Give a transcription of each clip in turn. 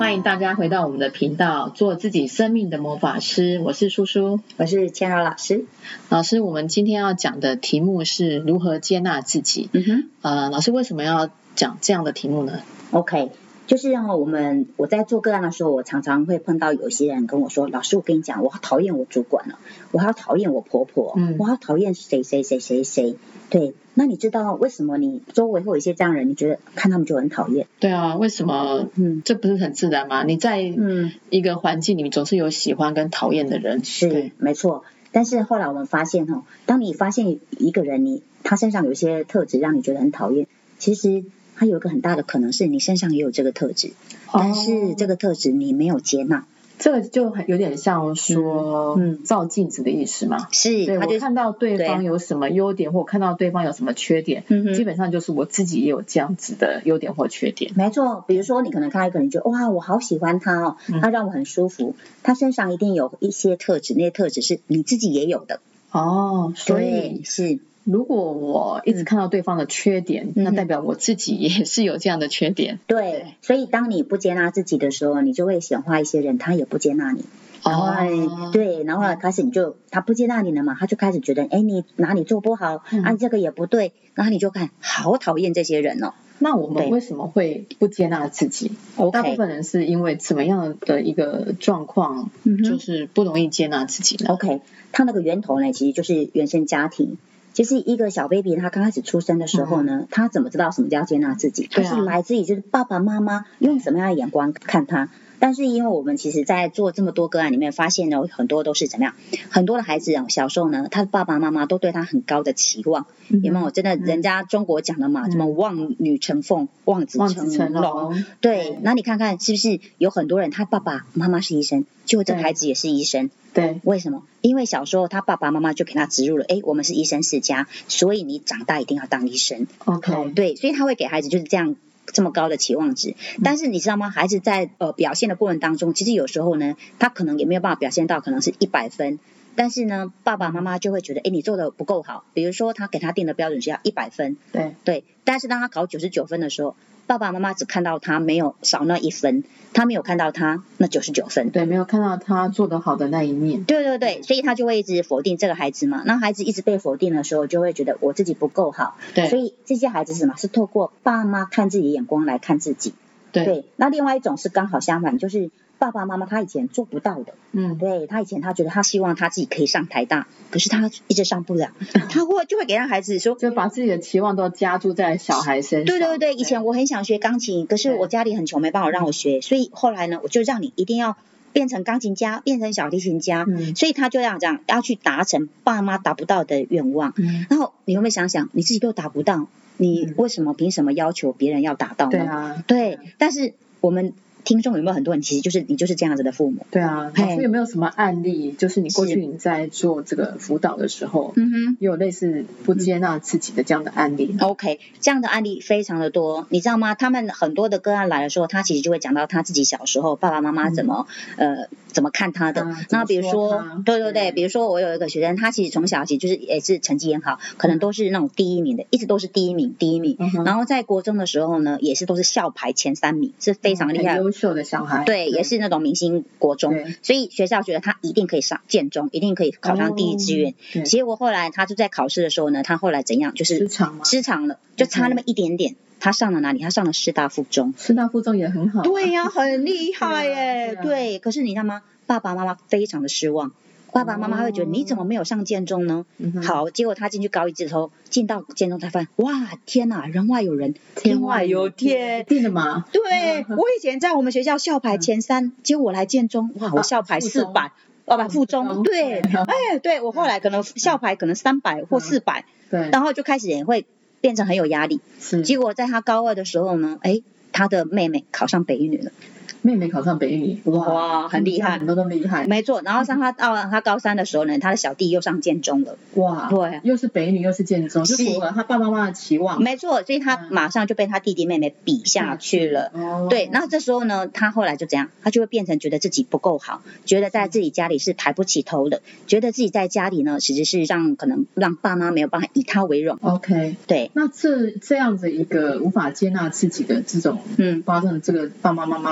欢迎大家回到我们的频道，做自己生命的魔法师。我是舒舒， 我是千柔老师。 老师，我们今天要讲的题目是如何接纳自己。老师为什么要讲这样的题目呢 ？OK， 就是我在做个案的时候，我常常会碰到有些人跟我说，老师，我跟你讲，我好讨厌我主管了，我好讨厌我婆婆，我好讨厌谁。对，那你知道为什么你周围会有一些这样的人，你觉得看他们就很讨厌？ 对啊，为什么？这不是很自然吗？你在一个环境里面总是有喜欢跟讨厌的人， 是没错。但是后来我们发现当你发现一个人他身上有一些特质让你觉得很讨厌，其实他有一个很大的可能是你身上也有这个特质，但是这个特质你没有接纳。 这个就有点像说照镜子的意思嘛。 是， 对，我看到对方有什么优点，或看到对方有什么缺点，基本上就是我自己也有这样子的优点或缺点。 没错，比如说你可能看到一个人，觉得哇，我好喜欢他他让我很舒服，他身上一定有一些特质，那些特质是你自己也有的。 所以是。 如果我一直看到对方的缺点，那代表我自己也是有这样的缺点。 对，所以当你不接纳自己的时候，你就会显化一些人，他也不接纳你。对，然后开始他不接纳你了嘛，他就开始觉得你哪里做不好这个也不对，然后你就看好讨厌这些人哦。 那我们为什么会不接纳自己？大部分人是因为怎么样的一个状况，就是不容易接纳自己呢 ？OK， 他那个源头呢，其实就是原生家庭。其实一个小 baby 他刚开始出生的时候呢，他怎么知道什么叫接纳自己？他是来自于就是爸爸妈妈用什么样的眼光看他。但是因为我们其实在做这么多个案里面发现呢，很多都是怎么样，很多的孩子小时候呢，他的爸爸妈妈都对他很高的期望，有没有？真的人家中国讲的嘛，什么望女成凤，望子成龙。对，那你看看是不是有很多人他爸爸妈妈是医生，结果这个孩子也是医生。 对， 为什么？因为小时候他爸爸妈妈就给他植入了，我们是医生世家，所以你长大一定要当医生。 OK， 对，所以他会给孩子就是这么高的期望值。但是你知道吗？孩子在表现的过程当中，其实有时候呢，他可能也没有办法表现到可能是100分，但是呢，爸爸妈妈就会觉得，你做的不够好。比如说他给他定的标准是要100分，对，但是当他考99分的时候，爸爸妈妈只看到他没有少那1分，他没有看到他那99分， 对，没有看到他做得好的那一面。 对，所以他就会一直否定这个孩子嘛。那孩子一直被否定的时候，就会觉得我自己不够好。 对， 所以这些孩子是什么？是透过爸妈看自己的眼光来看自己。对，那另外一种是刚好相反，就是爸爸妈妈他以前做不到的。对，他以前他觉得他希望他自己可以上台大，可是他一直上不了，他就会给他孩子说， 就把自己的期望都加注在小孩身上。 对，以前我很想学钢琴，可是我家里很穷，没办法让我学，所以后来呢，我就让你一定要变成钢琴家，变成小提琴家，所以他就要这样要去达成爸妈达不到的愿望。然后你有没有想想，你自己都达不到，你为什么凭什么要求别人要达到呢？对，但是我们听众有没有很多人其实你就是这样子的父母？ 对啊，老师有没有什么案例，就是你过去你在做这个辅导的时候，也有类似不接纳自己的这样的案例 ？OK， 这样的案例非常的多，你知道吗？他们很多的个案来的时候，他其实就会讲到他自己小时候爸爸妈妈怎么看他的。那比如说，对，比如说我有一个学生，他其实从小其实就是也是成绩很好，可能都是那种第一名的，一直都是第一名。然后在国中的时候呢，也是都是校排前3名，是非常厉害。 优秀的小孩， 对，也是那种明星国中，所以学校觉得他一定可以上建中，一定可以考上第一志愿。结果后来他就在考试的时候呢，他后来怎样？就是失常了，就差那么一点点。他上了哪里？他上了师大附中。 师大附中也很好。 对呀，很厉害耶。对，可是你知道吗？爸爸妈妈非常的失望。爸爸妈妈会觉得你怎么没有上建中呢？好，结果他进去高一之后，进到建中才发现，哇，天哪，人外有人，天外有天， 一定的嘛。 对，我以前在我们学校校排前3，结果我来建中，哇，我校排400，附中，对，对我后来可能校排可能300或400， 对， 然后就开始也会变成很有压力。结果在他高2的时候呢，他的妹妹考上北一女了。 妹妹考上北一女， 哇，很厉害， 很多都厉害， 没错。然后上他到他高3的时候呢，他的小弟又上建中了， 哇，对，又是北一女又是建中，就符合他爸爸妈妈的期望， 没错。所以他马上就被他弟弟妹妹比下去了，对。然后这时候呢，他后来就怎样？他就会变成觉得自己不够好，觉得在自己家里是抬不起头的，觉得自己在家里呢，其实是可能让爸妈没有办法以他为荣。 OK， 对。 那这样子一个无法接纳自己的这种发生这个爸爸妈妈对他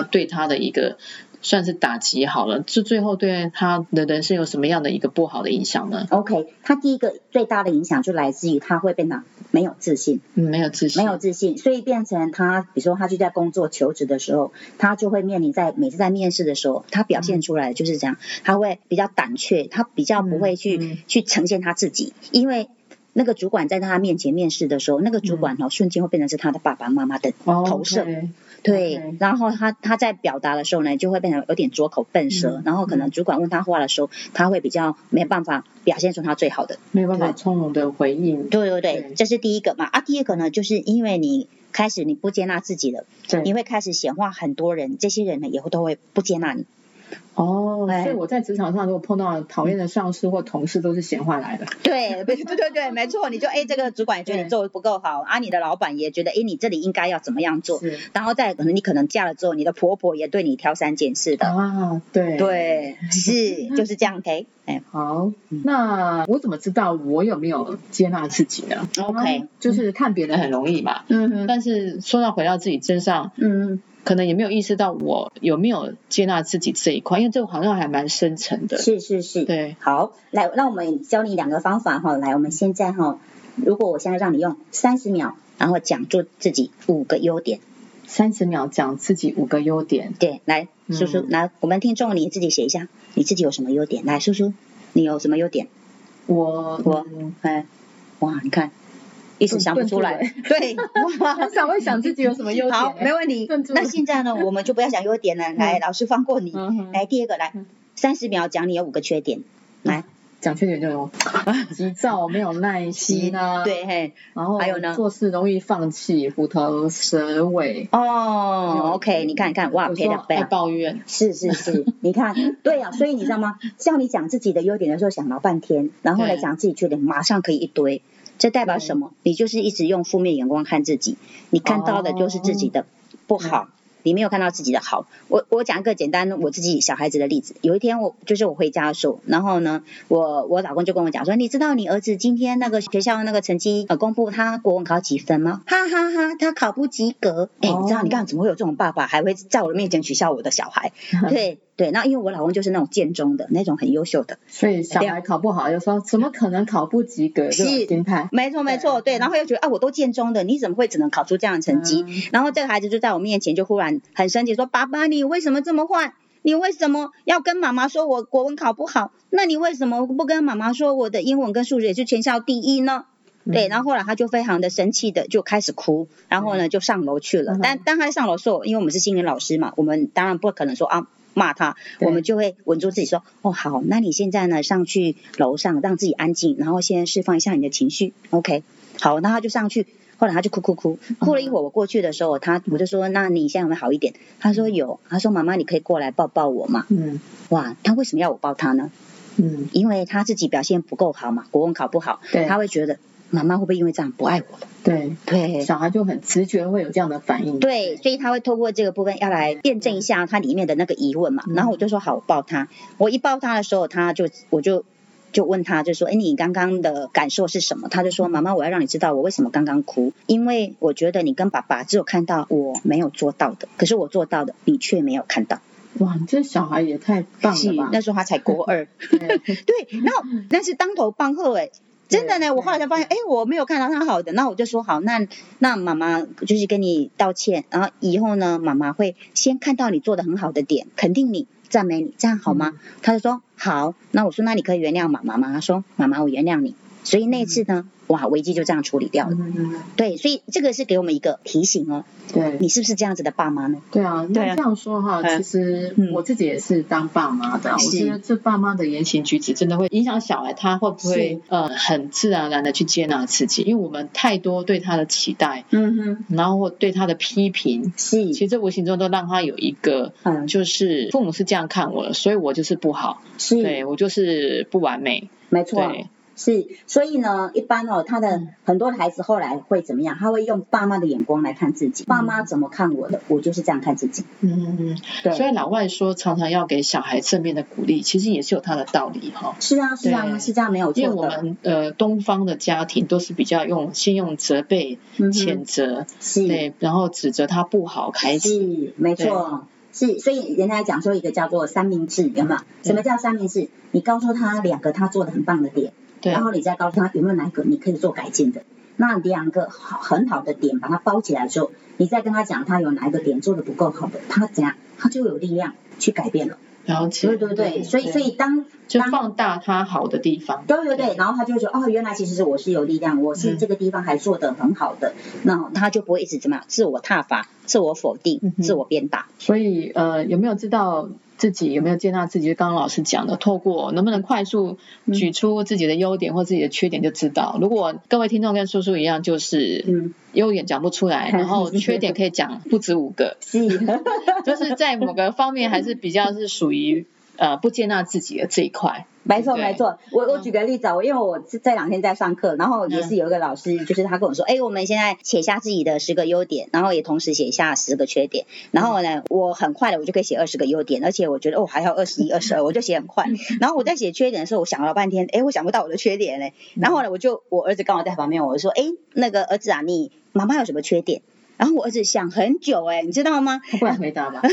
他的一个算是打击好了，这最后对他的人生有什么样的一个不好的影响呢 ？OK， 他第一个最大的影响就来自于他会变得没有自信， 没有自信， 所以变成他，比如说他就在工作求职的时候，他就会面临每次在面试的时候，他表现出来的就是这样，他会比较胆怯，他比较不会去呈现他自己，因为那个主管在他面前面试的时候，那个主管瞬间会变成是他的爸爸妈妈的投射。对，然后他在表达的时候呢，就会变成有点拙口笨舌，然后可能主管问他话的时候，他会比较没有办法表现出他最好的， 没有办法从容的回应。 对，这是第一个嘛。第二个呢，就是因为你开始你不接纳自己了，你会开始显化很多人，这些人呢以后都会不接纳你。 所以我在职场上如果碰到讨厌的上司或同事，都是显化来的。 对，没错，你就这个主管也觉得你做的不够好你的老板也觉得你这里应该要怎么样做，然后再可能你可能嫁了之后，你的婆婆也对你挑三拣四的对，是就是这样。OK， 好，那我怎么知道我有没有接纳自己呢 ？OK， 就是看别人很容易嘛，但是说到回到自己身上，可能也没有意识到我有没有接纳自己这一块，因为这个好像还蛮深层的。 是， 对。 好，来，那我们教你2个方法来，我们现在如果我现在让你用30秒，然后讲出自己5个优点。 30秒讲自己5个优点。 对，来，叔叔，来，我们听众你自己写一下，你自己有什么优点？来，叔叔，你有什么优点？哇，你看。一时想不出来，对， 很少会想自己有什么优点。 好，没问题。那现在呢，我们就不要讲优点了。来，老师放过你。来，第2个，来，30秒讲你有5个缺点。来， 讲缺点就有急躁、没有耐心啊， 对， 然后还有呢， 做事容易放弃、虎头蛇尾。 OK， 你看，哇， 爱抱怨。 是，你看，对啊，所以你知道吗？叫你讲自己的优点的时候，想老半天，然后来讲自己缺点，马上可以一堆。这代表什么？你就是一直用负面眼光看自己，你看到的就是自己的不好，你没有看到自己的好。我讲一个简单我自己小孩子的例子。有一天我回家的时候，然后呢，我老公就跟我讲说，你知道你儿子今天那个学校那个成绩公布他国文考几分吗？哈哈哈，他考不及格。你知道你看怎么会有这种爸爸还会在我的面前取笑我的小孩？对，那因为我老公就是那种建中的那种很优秀的， 所以小孩考不好就说怎么可能考不及格这种心态。 没错，对，然后又觉得我都建中的，你怎么会只能考出这样的成绩？然后这个孩子就在我面前就忽然很生气说，爸爸你为什么这么坏？你为什么要跟妈妈说我国文考不好？那你为什么不跟妈妈说我的英文跟数学是全校第一呢？对，然后后来他就非常的生气的就开始哭，然后呢就上楼去了。但当他上楼的时候，因为我们是新闻老师嘛，我们当然不可能说骂他，我们就会稳住自己说，好，那你现在呢上去楼上让自己安静，然后先释放一下你的情绪 OK， 好，那他就上去，后来他就哭了一会儿，我过去的时候我就说，那你现在有没有好一点？他说有，他说妈妈你可以过来抱抱我吗？哇，他为什么要我抱他呢？因为他自己表现不够好嘛，国文考不好，他会觉得妈妈会不会因为这样不爱我了？对， 小孩就很直觉会有这样的反应。 对，所以他会透过这个部分要来验证一下他里面的那个疑问嘛。然后我就说好，我抱他。我一抱他的时候，我就问他，就说你刚刚的感受是什么？他就说妈妈，我要让你知道我为什么刚刚哭，因为我觉得你跟爸爸只有看到我没有做到的，可是我做到的你却没有看到。 哇，这小孩也太棒了吧！ 那时候他才国2。对，然后但是当头棒喝真的呢，我后来才发现，我没有看到他好的，那我就说好，那妈妈就是跟你道歉，然后以后呢，妈妈会先看到你做的很好的点，肯定你，赞美你，这样好吗？他就说好，那我说那你可以原谅妈妈吗？他说妈妈，我原谅你。所以那一次呢，哇，危机就这样处理掉了。对，所以这个是给我们一个提醒哦。 对， 你是不是这样子的爸妈呢？ 对啊，那这样说哈，其实我自己也是当爸妈的，我觉得这爸妈的言行举止真的会影响小孩，他会不会很自然而然的去接纳自己？因为我们太多对他的期待，然后对他的批评，其实这无形中都让他有一个，就是父母是这样看我的，所以我就是不好，对我就是不完美， 没错。对，是，所以呢，一般他的很多的孩子后来会怎么样？他会用爸妈的眼光来看自己，爸妈怎么看我的，我就是这样看自己。 对。所以老外说常常要给小孩正面的鼓励，其实也是有他的道理哈。 是啊，是这样没有错的。 因为我们东方的家庭都是比较先用责备、谴责，对，然后指责他不好开始。 是，没错。 是，所以人家讲说一个叫做三明治，有没有？什么叫三明治？你告诉他2个他做的很棒的点，然后你再告诉他有没有哪一个你可以做改进的。那2个很好的点把它包起来之后，你再跟他讲他有哪一个点做的不够好的，他怎样，他就有力量去改变了。 了解， 对对对，所以当就放大他好的地方， 对对对，然后他就会说哦，原来其实我是有力量，我是这个地方还做得很好的，那他就不会一直怎么样自我挞伐、自我否定、自我鞭打。 所以有没有知道自己有没有接纳自己？就刚刚老师讲的，透过能不能快速举出自己的优点或自己的缺点就知道。如果各位听众跟叔叔一样，就是优点讲不出来，然后缺点可以讲不止5个，就是在某个方面还是比较是属于不接纳自己的这一块。 没错没错，我举个例子啊，因为我这2天在上课，然后也是有一个老师，就是他跟我说，我们现在写下自己的10个优点，然后也同时写下10个缺点，然后呢，我很快的我就可以写20个优点，而且我觉得还要21、22，我就写很快。然后我在写缺点的时候，我想了半天，我想不到我的缺点嘞。然后呢，我儿子刚好在旁边，我就说，那个儿子啊，你妈妈有什么缺点？然后我儿子想很久你知道吗？ 他不敢回答吧？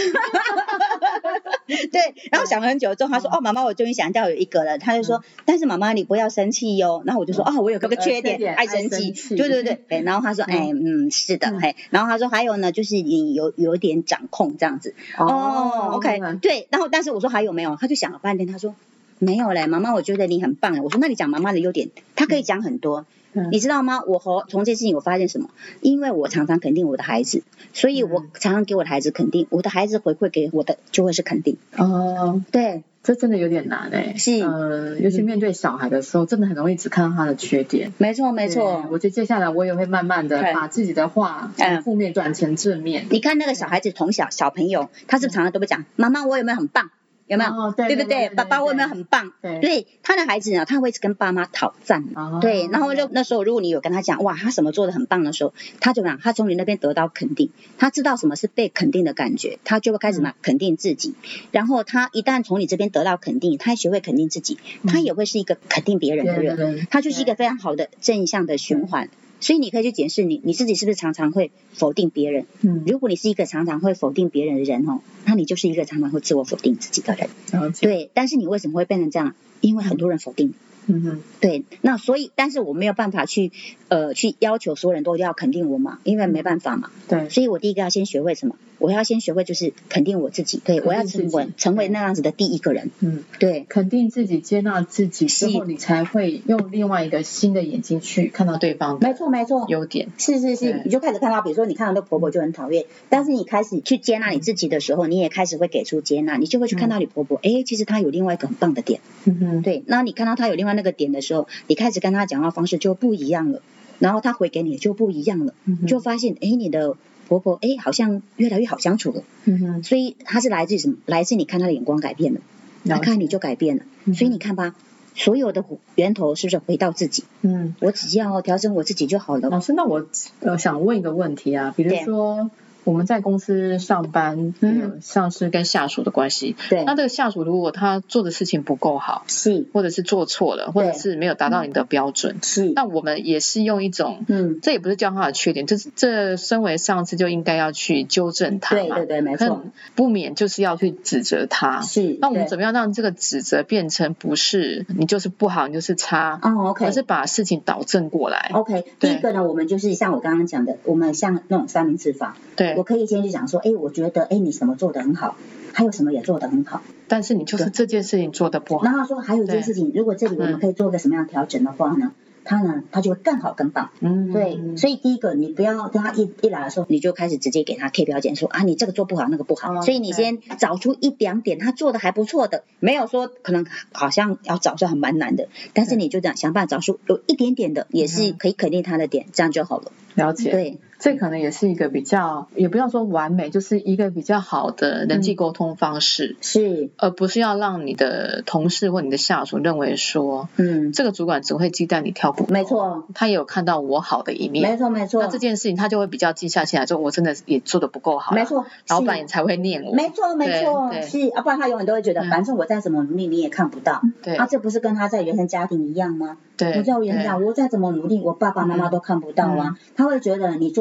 对，然后想很久之后，他说妈妈，我终于想到有一个了。他就说，但是妈妈你不要生气哟。然后我就说我有个缺点，爱生气。对对对，然后他说是的，然后他说还有呢，就是你有点掌控这样子。OK， 对，然后但是我说还有没有？他就想了半天，他说没有嘞，妈妈我觉得你很棒。我说那你讲妈妈的优点，他可以讲很多。你知道吗？我从这事情我发现什么？因为我常常肯定我的孩子，所以我常常给我的孩子肯定，我的孩子回馈给我的就会是肯定。对， 这真的有点难是尤其面对小孩的时候，真的很容易只看到他的缺点。 没错没错， 我觉得接下来我也会慢慢的把自己的话从负面转成正面。 你看那个小孩子从小朋友，他是不是常常都会讲妈妈我有没有很棒？有没有？对不对？爸爸我有没有很棒？对，他的孩子呢，他会跟爸妈讨赞。对，然后就那时候，如果你有跟他讲，哇，他什么做的很棒的时候，他就他从你那边得到肯定，他知道什么是被肯定的感觉，他就会开始肯定自己。然后他一旦从你这边得到肯定，他学会肯定自己，他也会是一个肯定别人的人，他就是一个非常好的正向的循环。所以你可以去检视你自己是不是常常会否定别人。如果你是一个常常会否定别人的人那你就是一个常常会自我否定自己的人。对，但是你为什么会变成这样？因为很多人否定。对，那所以但是我没有办法去要求所有人都要肯定我嘛，因为没办法嘛。 对， 所以我第一个要先学会什么？我要先学会就是肯定我自己。对，我要成为那样子的第一个人。对， 肯定自己，接纳自己之后，你才会用另外一个新的眼睛去看到对方的。 没错没错， 优点是，你就开始看到，比如说你看到那婆婆就很讨厌，但是你开始去接纳你自己的时候，你也开始会给出接纳，你就会去看到你婆婆，其实她有另外一个很棒的点。对，那你看到她有另外那个点的时候，你开始跟她讲话方式就不一样了，然后她回给你就不一样了，就发现你的婆婆好像越来越好相处了。所以她是来自于什么？来自你看她的眼光改变了，她看你就改变了。所以你看吧，所有的源头是不是回到自己？我只要调整我自己就好了。 老师，那我想问一个问题啊，比如说我们在公司上班，像是跟下属的关系，那这个下属如果他做的事情不够好，或者是做错了，或者是没有达到你的标准，那我们也是用一种，这也不是叫他的缺点，这身为上司就应该要去纠正他嘛， 对，没错， 不免就是要去指责他，那我们怎么样让这个指责变成不是你就是不好，你就是差，OK， 而是把事情导正过来。 OK， 第一个呢，我们就是像我刚刚讲的，我们像那种三明治法， 对。 我可以先去讲说，我觉得你什么做得很好，还有什么也做得很好， 但是你就是这件事情做得不好。 然后说还有一件事情，如果这里我们可以做个什么样的调整的话呢，他就会更好更棒。对，所以第一个你不要跟他一来的时候你就开始直接给他 K 标检说你这个做不好那个不好，所以你先找出1-2点他做的还不错的，没有说可能好像要找出很蛮难的，但是你就这样想办法找出有一点点的也是可以肯定他的点，这样就好了。 了解。对，这可能也是一个比较，也不要说完美，就是一个比较好的人际沟通方式，而不是要让你的同事或你的下属认为说，这个主管只会鸡蛋里挑骨头， 没错， 他也有看到我好的一面， 没错， 那这件事情他就会比较记下来，说我真的也做得不够好， 没错， 老板也才会念我， 没错，是不然他永远都会觉得，反正我再怎么努力你也看不到，对，这不是跟他在原生家庭一样吗？对，我在我原生家庭，我再怎么努力，我爸爸妈妈都看不到啊，他会觉得你做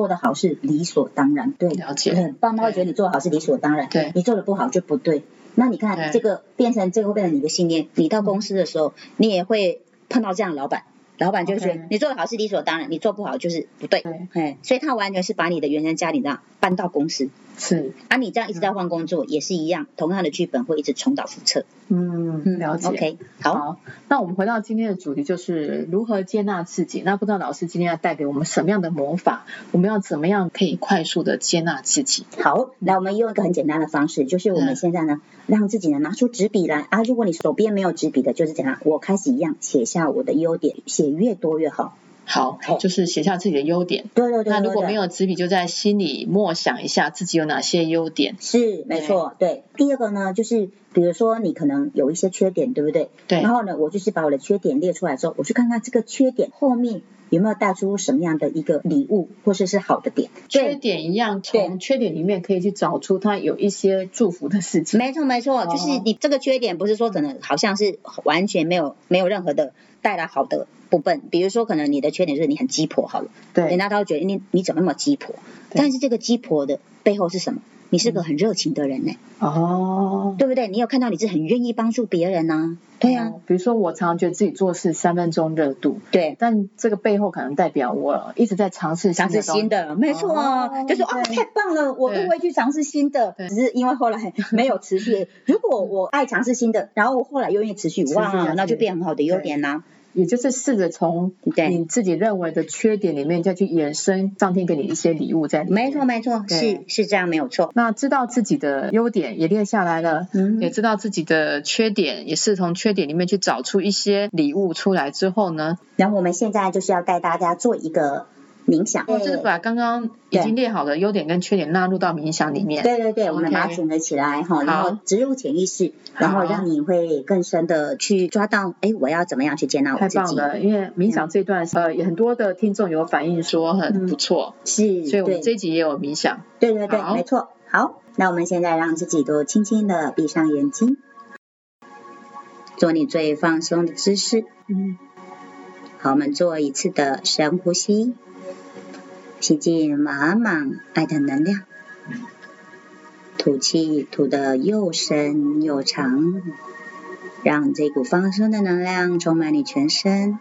的好是理所当然，对， 了解。 爸妈会觉得你做的好是理所当然， 对， 你做的不好就不对。那你看这个会变成你的信念，你到公司的时候，你也会碰到这样的老板就会觉得你做的好是理所当然，你做不好就是不对，所以他完全是把你的原生家庭搬到公司， 是你这样一直在换工作也是一样，同样的剧本会一直重蹈覆辙。 了解。 OK， 好， 那我们回到今天的主题，就是如何接纳自己。那不知道老师今天要带给我们什么样的魔法？我们要怎么样可以快速的接纳自己？ 好，来我们用一个很简单的方式，就是我们现在呢，让自己呢拿出纸笔来如果你手边没有纸笔的，就是怎样，我开始一样写下我的优点，写越多越好。 好，就是写下自己的优点。 对。 那如果没有纸笔，就在心里默想一下自己有哪些优点。 是，没错，对。第二个呢，就是比如说你可能有一些缺点，对不对？ 对。 然后呢，我就是把我的缺点列出来之后，我去看看这个缺点后面有没有带出什么样的一个礼物，或者是好的点。 缺点一样，从缺点里面可以去找出它有一些祝福的事情。 没错，就是你这个缺点不是说可能好像是完全没有任何的带来好的部分，比如说可能你的缺点就是你很鸡婆好了， 对， 人家都会觉得你怎么那么鸡婆，但是这个鸡婆的背后是什么？你是个很热情的人对不对？你有看到你是很愿意帮助别人对啊。 比如说我常常觉得自己做事3分钟热度， 对， 但这个背后可能代表我一直在尝试新的， 没错就说太棒了，我都会去尝试新的，只是因为后来没有持续。如果我爱尝试新的，然后我后来又愿意持续，哇，那就变很好的优点啦。 也就是试着从你自己认为的缺点里面再去延伸上天给你一些礼物在里面。 没错，是这样，没有错。 那知道自己的优点也列下来了，也知道自己的缺点，也是从缺点里面去找出一些礼物出来之后呢， 然后我们现在就是要带大家做一个冥想， 就是把刚刚已经列好的优点跟缺点纳入到冥想里面。 对，我们把它组合起来然后植入潜意识，然后让你会更深的去抓到，我要怎么样去接纳我自己。 太棒了，因为冥想这段也很多的听众有反映说很不错， 是， 所以我们这一集也有冥想。 对，没错。好，那我们现在让自己都轻轻的闭上眼睛，做你最放松的姿势。好，我们做一次的深呼吸，吸进满满爱的能量，吐气吐得又深又长，让这股放松的能量充满你全身。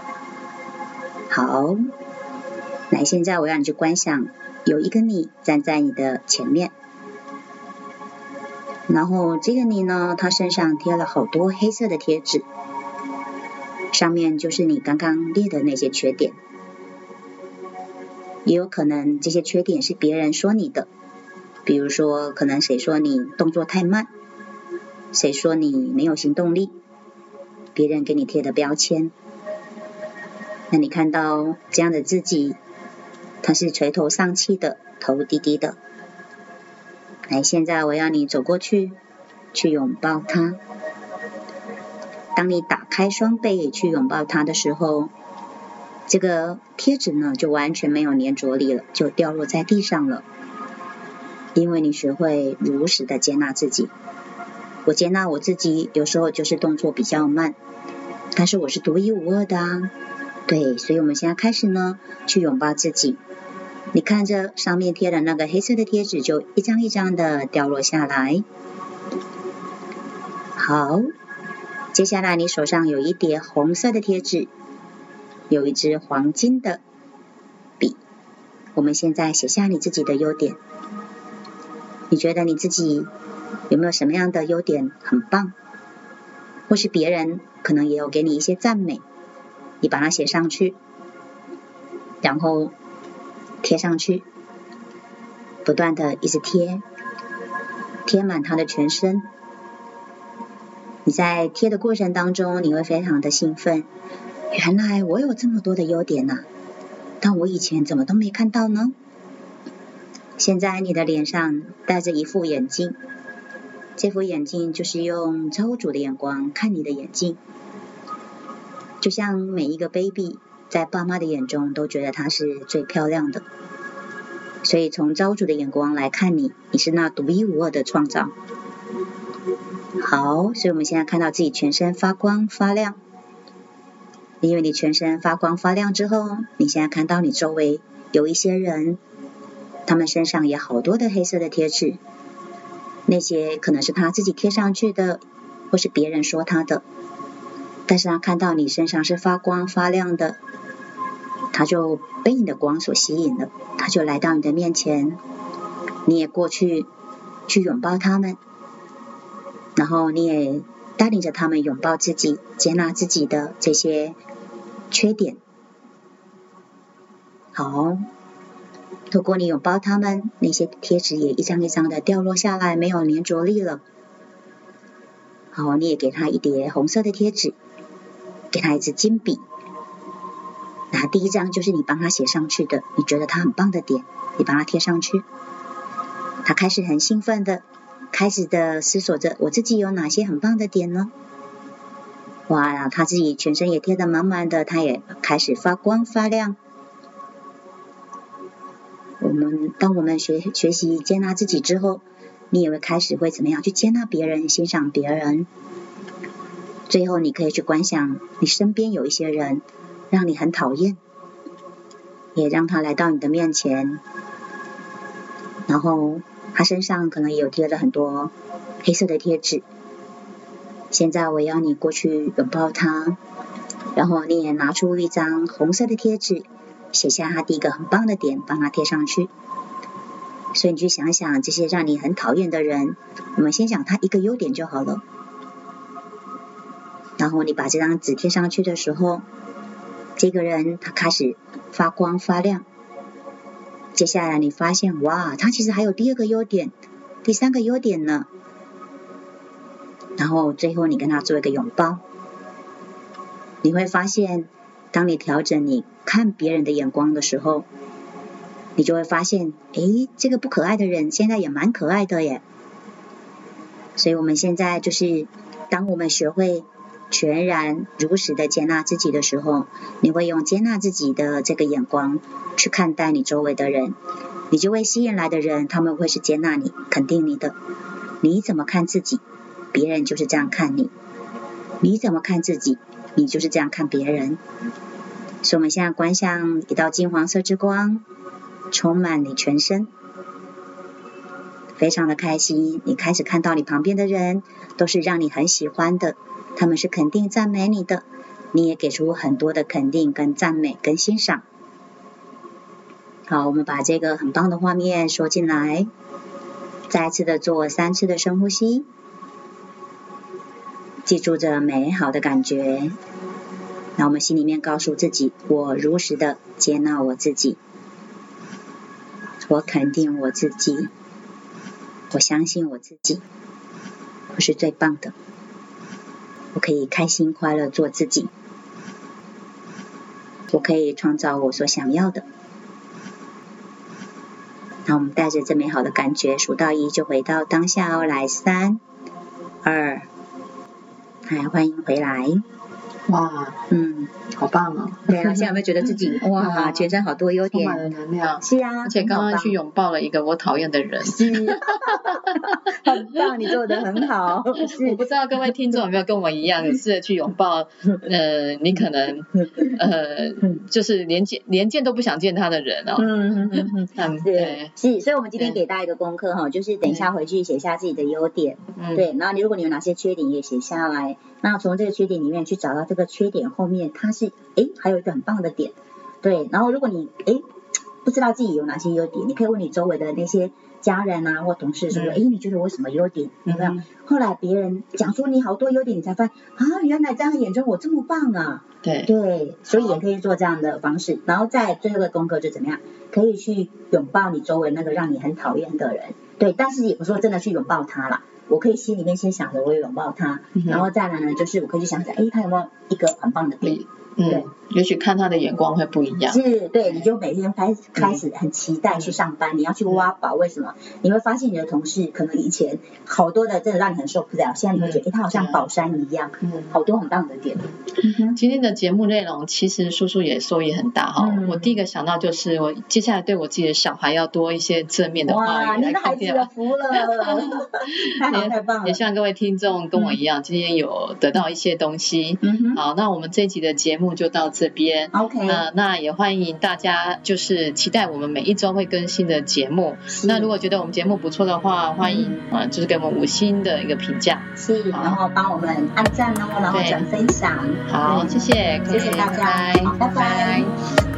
好，来，现在我让你去观想有一个你站在你的前面，然后这个你呢，他身上贴了好多黑色的贴纸，上面就是你刚刚列的那些缺点，也有可能这些缺点是别人说你的，比如说可能谁说你动作太慢，谁说你没有行动力，别人给你贴的标签。那你看到这样的自己，他是垂头丧气的，头低低的。来，现在我要你走过去，去拥抱他。当你打开双臂去拥抱他的时候，这个贴纸呢就完全没有粘着力了，就掉落在地上了。因为你学会如实的接纳自己。我接纳我自己，有时候就是动作比较慢，但是我是独一无二的对，所以我们现在开始呢，去拥抱自己。你看着上面贴的那个黑色的贴纸，就一张一张的掉落下来。好，接下来你手上有一叠红色的贴纸，有一支黄金的笔。我们现在写下你自己的优点。你觉得你自己有没有什么样的优点很棒？或是别人可能也有给你一些赞美，你把它写上去，然后贴上去，不断的一直贴满它的全身。你在贴的过程当中，你会非常的兴奋，原来我有这么多的优点但我以前怎么都没看到呢？现在你的脸上戴着一副眼镜，这副眼镜就是用造物主的眼光看你的眼镜，就像每一个 baby 在爸妈的眼中都觉得她是最漂亮的，所以从造物主的眼光来看你，你是那独一无二的创造。好，所以我们现在看到自己全身发光发亮，因为你全身发光发亮之后，你现在看到你周围有一些人他们身上也好多的黑色的贴纸，那些可能是他自己贴上去的，或是别人说他的，但是他看到你身上是发光发亮的，他就被你的光所吸引了，他就来到你的面前，你也过去拥抱他们，然后你也带领着他们拥抱自己，接纳自己的这些缺点。好，透过你拥抱他们，那些贴纸也一张一张的掉落下来，没有粘着力了。好，你也给他一叠红色的贴纸，给他一支金笔，那第一张就是你帮他写上去的，你觉得他很棒的点，你帮他贴上去。他开始很兴奋的，开始的思索着我自己有哪些很棒的点呢？哇，他自己全身也贴得满满的，他也开始发光发亮。当我们学习接纳自己之后，你也会开始会怎么样去接纳别人，欣赏别人。最后你可以去观想你身边有一些人让你很讨厌，也让他来到你的面前，然后他身上可能也有贴了很多黑色的贴纸，现在我要你过去拥抱他，然后你也拿出一张红色的贴纸，写下他第一个很棒的点，帮他贴上去。所以你去想想这些让你很讨厌的人，我们先想他一个优点就好了。然后你把这张纸贴上去的时候，这个人他开始发光发亮。接下来你发现，哇，他其实还有第二个优点，第三个优点呢。然后最后你跟他做一个拥抱，你会发现，当你调整你看别人的眼光的时候，你就会发现，诶，这个不可爱的人现在也蛮可爱的耶。所以我们现在就是，当我们学会全然如实的接纳自己的时候，你会用接纳自己的这个眼光去看待你周围的人，你就会吸引来的人，他们会是接纳你、肯定你的。你怎么看自己，别人就是这样看你；你怎么看自己，你就是这样看别人。所以我们现在观想一道金黄色之光，充满你全身，非常的开心。你开始看到你旁边的人都是让你很喜欢的，他们是肯定赞美你的，你也给出很多的肯定跟赞美跟欣赏。好，我们把这个很棒的画面说进来，再次的做3次的深呼吸，记住着美好的感觉。那我们心里面告诉自己，我如实的接纳我自己，我肯定我自己，我相信我自己，我是最棒的，我可以开心快乐做自己，我可以创造我所想要的。那我们带着这美好的感觉数到1就回到当下哦，来3、2，嗨，欢迎回来。 哇，好棒哦！ 对啊，现在有没有觉得自己哇，全身好多优点， 充满了能量？ 是啊， 而且刚刚去拥抱了一个我讨厌的人， 是，很棒，你做得很好。 我不知道各位听众有没有跟我一样，试着去拥抱你可能就是连见都不想见他的人哦。 对，是，所以我们今天给大家一个功课哈，就是等一下回去写下自己的优点，对，然后如果你有哪些缺点也写下来，那从这个缺点里面去找到这个缺点后面它是还有一个很棒的点，对，然后如果你不知道自己有哪些优点，你可以问你周围的那些家人啊或同事说，你觉得我什么优点？有没有？后来别人讲出你好多优点，你才发现啊，原来在他眼中我这么棒啊！对，所以也可以做这样的方式，然后再最后的功课就怎么样？可以去拥抱你周围那个让你很讨厌的人，对，但是也不是说真的去拥抱他啦。我可以心里面先想着我拥抱他，然后再来呢，就是我可以去想想，他有没有一个很棒的点？对， 也许看他的眼光会不一样。 是，对，你就每天开始很期待去上班，你要去挖宝，为什么？你会发现你的同事可能以前好多的真的让你很受不了，现在你会觉得，他好像宝山一样，好多很棒的点。 今天的节目内容其实叔叔也受益很大哈。我第一个想到就是我接下来对我自己的小孩要多一些正面的话语。 哇，你的孩子有福了，太棒了！ 也希望各位听众跟我一样，今天有得到一些东西。好，那我们这一集的节目目就到这边。 OK， 那也欢迎大家就是期待我们每一周会更新的节目。那如果觉得我们节目不错的话，欢迎就是给我们5星的一个评价。 是，然后帮我们按赞哦，然后转分享。 好，谢谢大家，好，拜拜。